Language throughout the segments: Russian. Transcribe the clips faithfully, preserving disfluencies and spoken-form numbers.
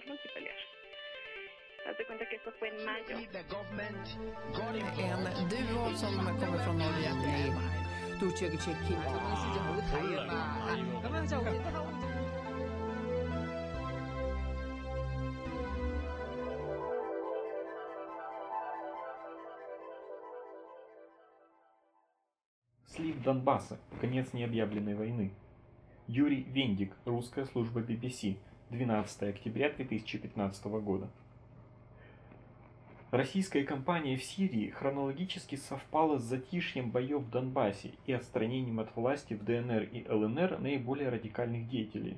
no multipelear. Haz de cuenta que esto fue en mayo. En duo som kommer från Norge. Слив Донбасса. Конец необъявленной войны. Юрий Вендик. Русская служба би би си. двенадцатое октября две тысячи пятнадцатого года. Российская кампания в Сирии хронологически совпала с затишьем боев в Донбассе и отстранением от власти в дэ эн эр и эл эн эр наиболее радикальных деятелей.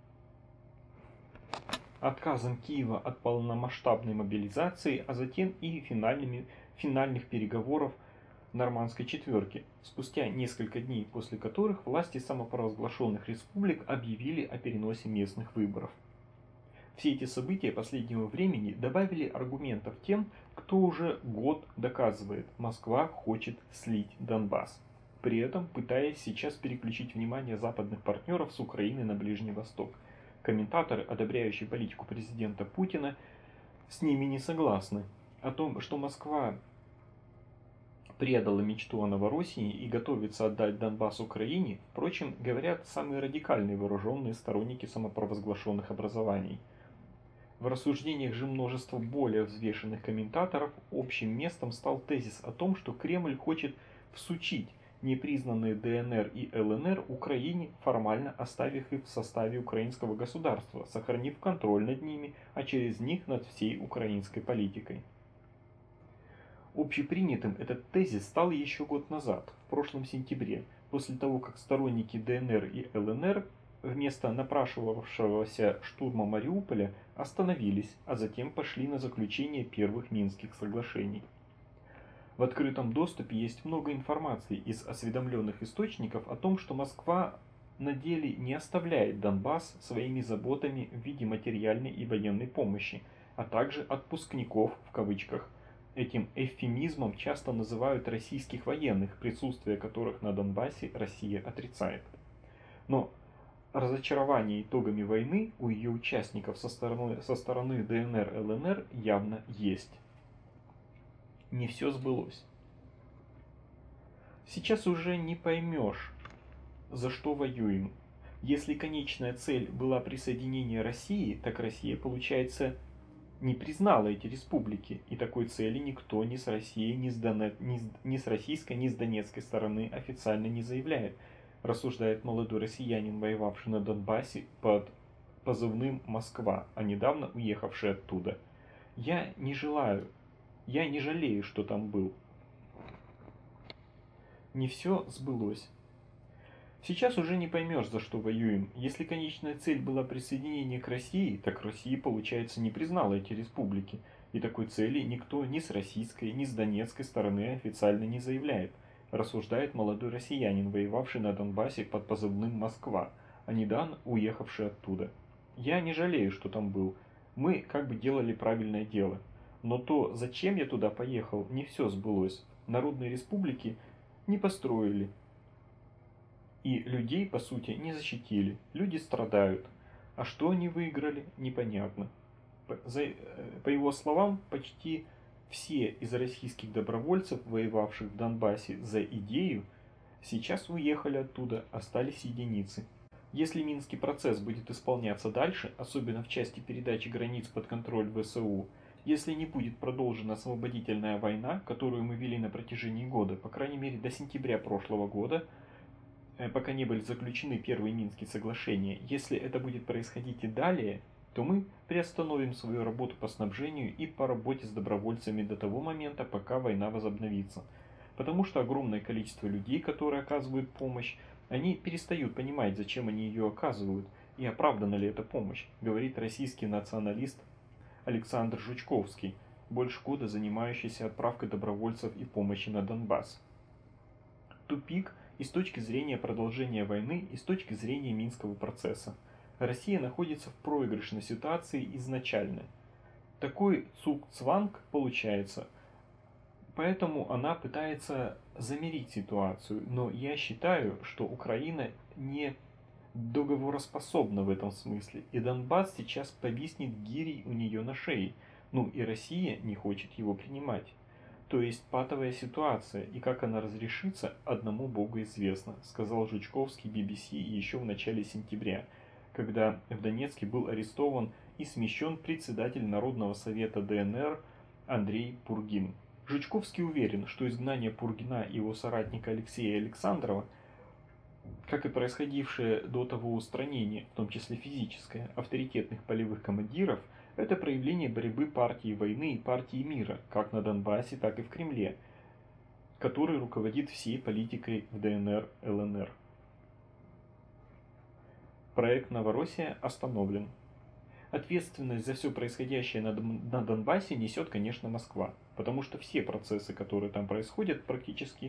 Отказом Киева от полномасштабной мобилизации, а затем и финальными, финальных переговоров Нормандской четверки, спустя несколько дней после которых власти самопровозглашенных республик объявили о переносе местных выборов. Все эти события последнего времени добавили аргументов тем, кто уже год доказывает, Москва хочет слить Донбасс, при этом пытаясь сейчас переключить внимание западных партнеров с Украины на Ближний Восток. Комментаторы, одобряющие политику президента Путина, с ними не согласны. О том, что Москва предала мечту о Новороссии и готовится отдать Донбасс Украине, впрочем, говорят самые радикальные вооруженные сторонники самопровозглашенных образований. В рассуждениях же множества более взвешенных комментаторов общим местом стал тезис о том, что Кремль хочет всучить непризнанные дэ эн эр и эл эн эр Украине, формально оставив их в составе украинского государства, сохранив контроль над ними, а через них над всей украинской политикой. Общепринятым этот тезис стал еще год назад, в прошлом сентябре, после того, как сторонники дэ эн эр и эл эн эр вместо напрашивавшегося штурма Мариуполя остановились, а затем пошли на заключение первых Минских соглашений. В открытом доступе есть много информации из осведомленных источников о том, что Москва на деле не оставляет Донбасс своими заботами в виде материальной и военной помощи, а также отпускников в кавычках. Этим эвфемизмом часто называют российских военных, присутствие которых на Донбассе Россия отрицает. Но разочарование итогами войны у ее участников со стороны, со стороны дэ эн эр и эл эн эр явно есть. Не все сбылось. Сейчас уже не поймешь, за что воюем. Если конечная цель была присоединение России, так Россия, получается, не признала эти республики, и такой цели никто ни с России, ни с, Донет, ни, с, ни с российской, ни с донецкой стороны официально не заявляет, рассуждает молодой россиянин, воевавший на Донбассе под позывным «Москва», а недавно уехавший оттуда. Я не желаю, я не жалею, что там был. Не все сбылось. Сейчас уже не поймешь, за что воюем. Если конечная цель была присоединение к России, так Россия, получается, не признала эти республики. И такой цели никто ни с российской, ни с донецкой стороны официально не заявляет, рассуждает молодой россиянин, воевавший на Донбассе под позывным «Москва», а недавно уехавший оттуда. Я не жалею, что там был. Мы как бы делали правильное дело. Но то, зачем я туда поехал, не все сбылось. Народные республики не построили. И людей, по сути, не защитили. Люди страдают. А что они выиграли, непонятно. По, за, по его словам, почти все из российских добровольцев, воевавших в Донбассе за идею, сейчас уехали оттуда, остались единицы. Если Минский процесс будет исполняться дальше, особенно в части передачи границ под контроль вэ эс у, если не будет продолжена освободительная война, которую мы вели на протяжении года, по крайней мере до сентября прошлого года, пока не были заключены первые Минские соглашения, если это будет происходить и далее, то мы приостановим свою работу по снабжению и по работе с добровольцами до того момента, пока война возобновится. Потому что огромное количество людей, которые оказывают помощь, они перестают понимать, зачем они ее оказывают, и оправдана ли эта помощь, говорит российский националист Александр Жучковский, больше года занимающийся отправкой добровольцев и помощи на Донбасс. Тупик и с точки зрения продолжения войны, и с точки зрения Минского процесса. Россия находится в проигрышной ситуации изначально. Такой цугцванг получается. Поэтому она пытается замерить ситуацию. Но я считаю, что Украина не договороспособна в этом смысле, и Донбасс сейчас повиснет гирей у нее на шее, ну и Россия не хочет его принимать. То есть патовая ситуация, и как она разрешится, одному Богу известно, сказал Жучковский би би си еще в начале сентября, когда в Донецке был арестован и смещен председатель Народного совета Дэ Эн Эр Андрей Пургин. Жучковский уверен, что изгнание Пургина и его соратника Алексея Александрова, как и происходившее до того устранение, в том числе физическое, авторитетных полевых командиров, это проявление борьбы партии войны и партии мира, как на Донбассе, так и в Кремле, который руководит всей политикой в Дэ Эн Эр Эл Эн Эр. Проект «Новороссия» остановлен. Ответственность за все происходящее на Донбассе несет, конечно, Москва, потому что все процессы, которые там происходят, практически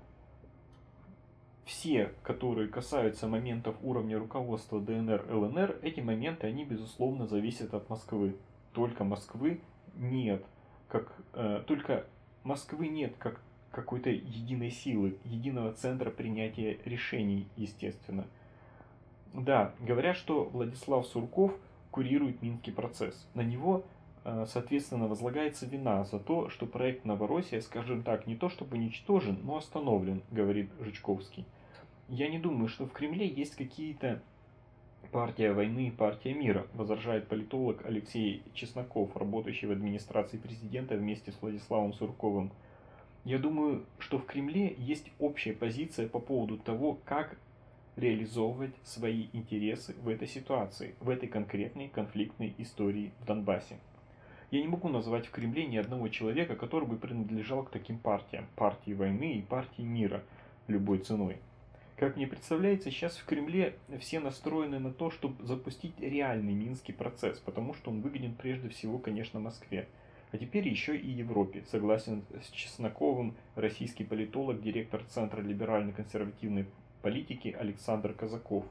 все, которые касаются моментов уровня руководства Дэ Эн Эр Эл Эн Эр, эти моменты, они, безусловно, зависят от Москвы. Только Москвы нет, как, э, только Москвы нет как какой-то единой силы, единого центра принятия решений, естественно. Да, говорят, что Владислав Сурков курирует Минский процесс. На него, соответственно, возлагается вина за то, что проект «Новороссия», скажем так, не то чтобы уничтожен, но остановлен, говорит Жучковский. Я не думаю, что в Кремле есть какие-то партия войны и партия мира, возражает политолог Алексей Чесноков, работающий в администрации президента вместе с Владиславом Сурковым. Я думаю, что в Кремле есть общая позиция по поводу того, как реализовывать свои интересы в этой ситуации, в этой конкретной конфликтной истории в Донбассе. Я не могу назвать в Кремле ни одного человека, который бы принадлежал к таким партиям, партии войны и партии мира, любой ценой. Как мне представляется, сейчас в Кремле все настроены на то, чтобы запустить реальный Минский процесс, потому что он выгоден прежде всего, конечно, Москве, а теперь еще и Европе, согласен с Чесноковым российский политолог, директор Центра либерально-консервативной политики Александр Казаков.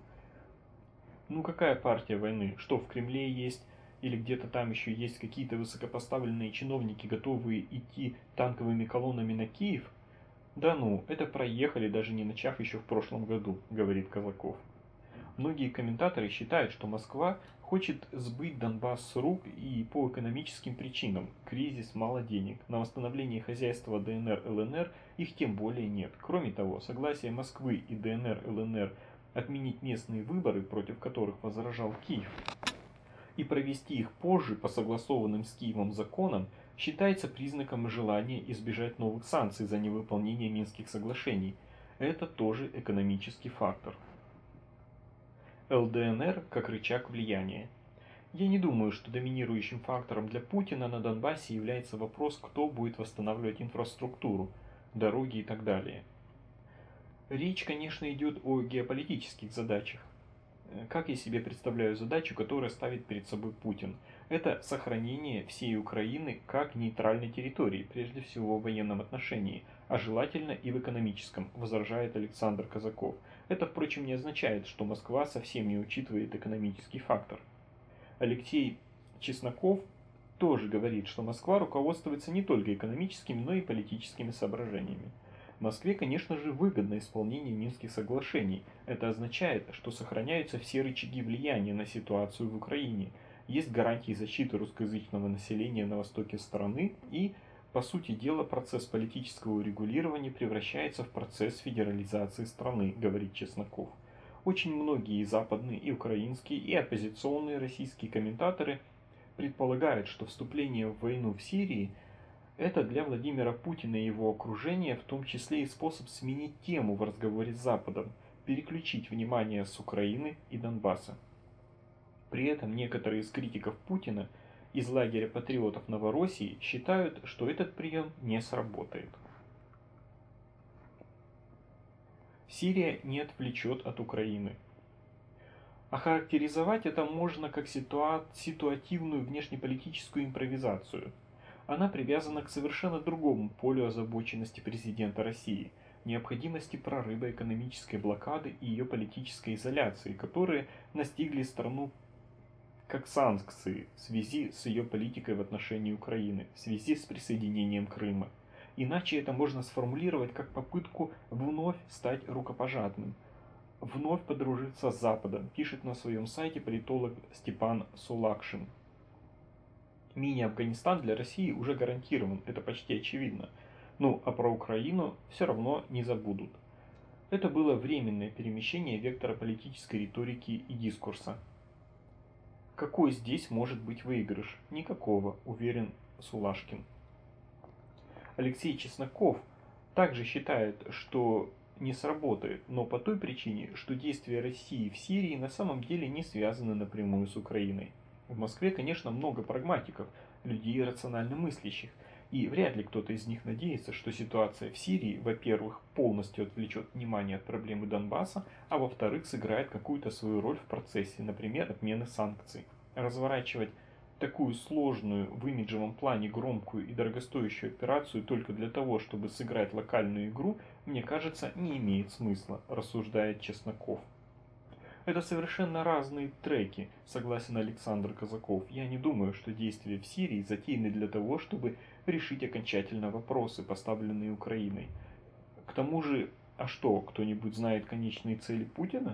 Ну какая партия войны? Что в Кремле есть или где-то там еще есть какие-то высокопоставленные чиновники, готовые идти танковыми колоннами на Киев? Да ну, это проехали, даже не начав еще в прошлом году, говорит Казаков. Многие комментаторы считают, что Москва хочет сбыть Донбасс с рук и по экономическим причинам. Кризис, мало денег. На восстановление хозяйства Дэ Эн Эр Эл Эн Эр их тем более нет. Кроме того, согласие Москвы и Дэ Эн Эр Эл Эн Эр отменить местные выборы, против которых возражал Киев, и провести их позже по согласованным с Киевом законам, считается признаком желания избежать новых санкций за невыполнение Минских соглашений. Это тоже экономический фактор. Эл Дэ Эн Эр как рычаг влияния. Я не думаю, что доминирующим фактором для Путина на Донбассе является вопрос, кто будет восстанавливать инфраструктуру, дороги и так далее. Речь, конечно, идет о геополитических задачах. Как я себе представляю задачу, которую ставит перед собой Путин? Это сохранение всей Украины как нейтральной территории, прежде всего в военном отношении, а желательно и в экономическом, возражает Александр Казаков. Это, впрочем, не означает, что Москва совсем не учитывает экономический фактор. Алексей Чесноков тоже говорит, что Москва руководствуется не только экономическими, но и политическими соображениями. Москве, конечно же, выгодно исполнение Минских соглашений. Это означает, что сохраняются все рычаги влияния на ситуацию в Украине, есть гарантии защиты русскоязычного населения на востоке страны и, по сути дела, процесс политического урегулирования превращается в процесс федерализации страны, говорит Чесноков. Очень многие западные и украинские, и оппозиционные российские комментаторы предполагают, что вступление в войну в Сирии – это для Владимира Путина и его окружения в том числе и способ сменить тему в разговоре с Западом, переключить внимание с Украины и Донбасса. При этом некоторые из критиков Путина из лагеря патриотов Новороссии считают, что этот прием не сработает. Сирия не отвлечет от Украины. Охарактеризовать это можно как ситуа- ситуативную внешнеполитическую импровизацию. Она привязана к совершенно другому полю озабоченности президента России – необходимости прорыва экономической блокады и ее политической изоляции, которые настигли страну как санкции в связи с ее политикой в отношении Украины, в связи с присоединением Крыма. Иначе это можно сформулировать как попытку вновь стать рукопожатным. вновь подружиться с Западом, пишет на своем сайте политолог Степан Сулакшин. Мини-Афганистан для России уже гарантирован, это почти очевидно. Ну, а про Украину все равно не забудут. Это было временное перемещение вектора политической риторики и дискурса. Какой здесь может быть выигрыш? Никакого, уверен Сулашкин. Алексей Чесноков также считает, что не сработает, но по той причине, что действия России в Сирии на самом деле не связаны напрямую с Украиной. В Москве, конечно, много прагматиков, людей рационально мыслящих, и вряд ли кто-то из них надеется, что ситуация в Сирии, во-первых, полностью отвлечет внимание от проблемы Донбасса, а во-вторых, сыграет какую-то свою роль в процессе, например, отмены санкций. Разворачивать такую сложную в имиджевом плане громкую и дорогостоящую операцию только для того, чтобы сыграть локальную игру, мне кажется, не имеет смысла, рассуждает Чесноков. Это совершенно разные треки, согласен Александр Казаков. Я не думаю, что действия в Сирии затеяны для того, чтобы решить окончательно вопросы, поставленные Украиной. К тому же, а что, кто-нибудь знает конечные цели Путина?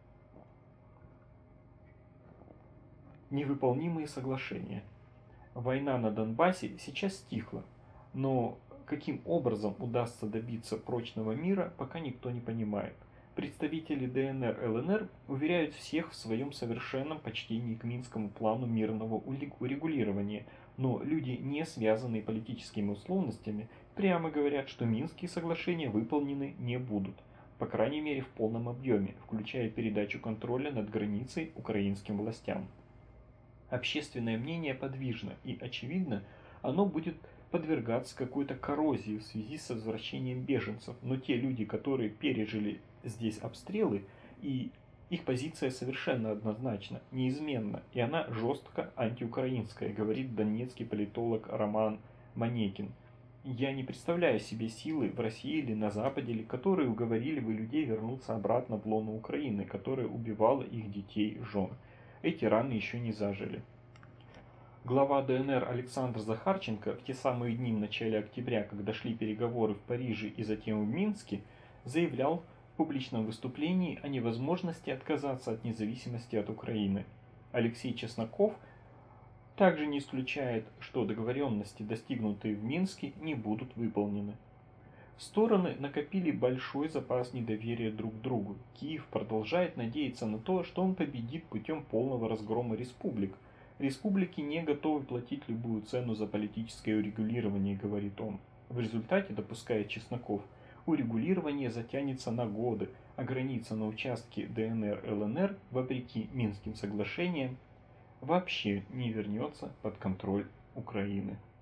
Невыполнимые соглашения. Война на Донбассе сейчас стихла, но каким образом удастся добиться прочного мира, пока никто не понимает. Представители ДНР ЛНР уверяют всех в своем совершенном почтении к Минскому плану мирного урегулирования, но люди, не связанные политическими условностями, прямо говорят, что Минские соглашения выполнены не будут, по крайней мере в полном объеме, включая передачу контроля над границей украинским властям. Общественное мнение подвижно, и, очевидно, оно будет подвергаться какой-то коррозии в связи с возвращением беженцев, но те люди, которые пережили здесь обстрелы, и их позиция совершенно однозначна, неизменна, и она жестко антиукраинская, говорит донецкий политолог Роман Манекин. Я не представляю себе силы в России или на Западе, которые уговорили бы людей вернуться обратно в лоно Украины, которая убивала их детей и жен. Эти раны еще не зажили. Глава ДНР Александр Захарченко в те самые дни в начале октября, когда шли переговоры в Париже и затем в Минске, заявлял в публичном выступлении о невозможности отказаться от независимости от Украины. Алексей Чесноков также не исключает, что договоренности, достигнутые в Минске, не будут выполнены. Стороны накопили большой запас недоверия друг к другу. Киев продолжает надеяться на то, что он победит путем полного разгрома республик. Республики не готовы платить любую цену за политическое урегулирование, говорит он. В результате, допускает Чесноков, урегулирование затянется на годы, а граница на участке ДНР ЛНР, вопреки Минским соглашениям, вообще не вернется под контроль Украины.